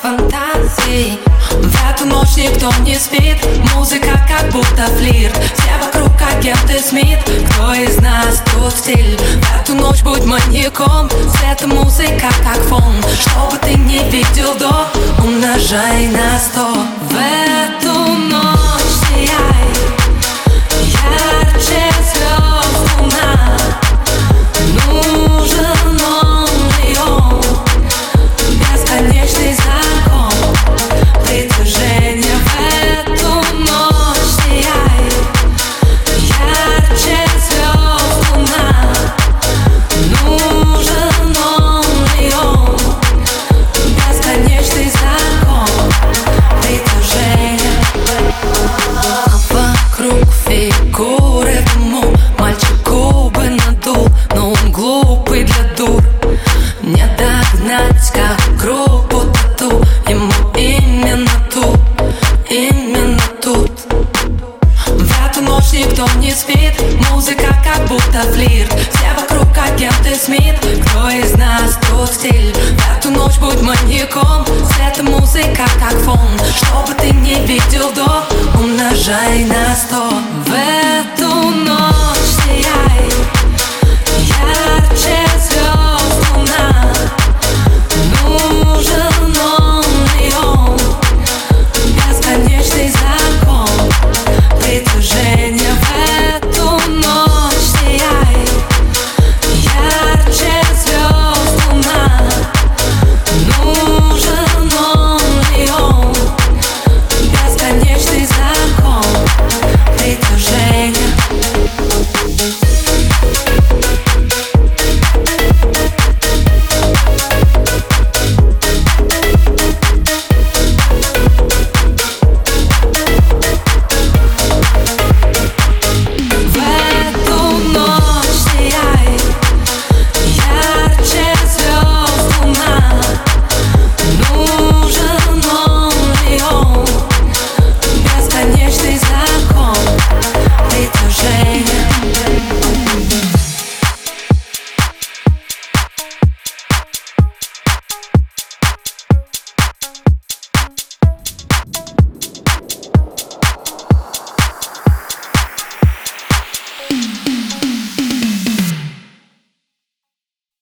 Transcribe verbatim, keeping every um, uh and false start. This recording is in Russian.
фантазий. В эту ночь никто не спит. Музыка как будто флирт. Все вокруг агенты Смит. Кто из нас тут стиль? В эту ночь будь маньяком. Свет и музыка как фон. Что бы ты не видел до, умножай на сто. В эту ночь сияй ярче звезд луна. Нужен он и он, бесконечный закон притяжения. В эту ночь сияй ярче звезд луна. Нужен он и он, бесконечный закон притяжения. Вокруг фигуры в дыму. Мальчик губы надул, но он глупый для дур. Не догнать, как группу тату. Ему именно тут, именно тут. В эту ночь никто не спит. Музыка как будто флирт. Все вокруг агенты Смит. Кто из нас тут стиль? В эту ночь будь маньяком. Свет и музыка как фон. Что бы ты не видел до, умножай на сто. В эту ночь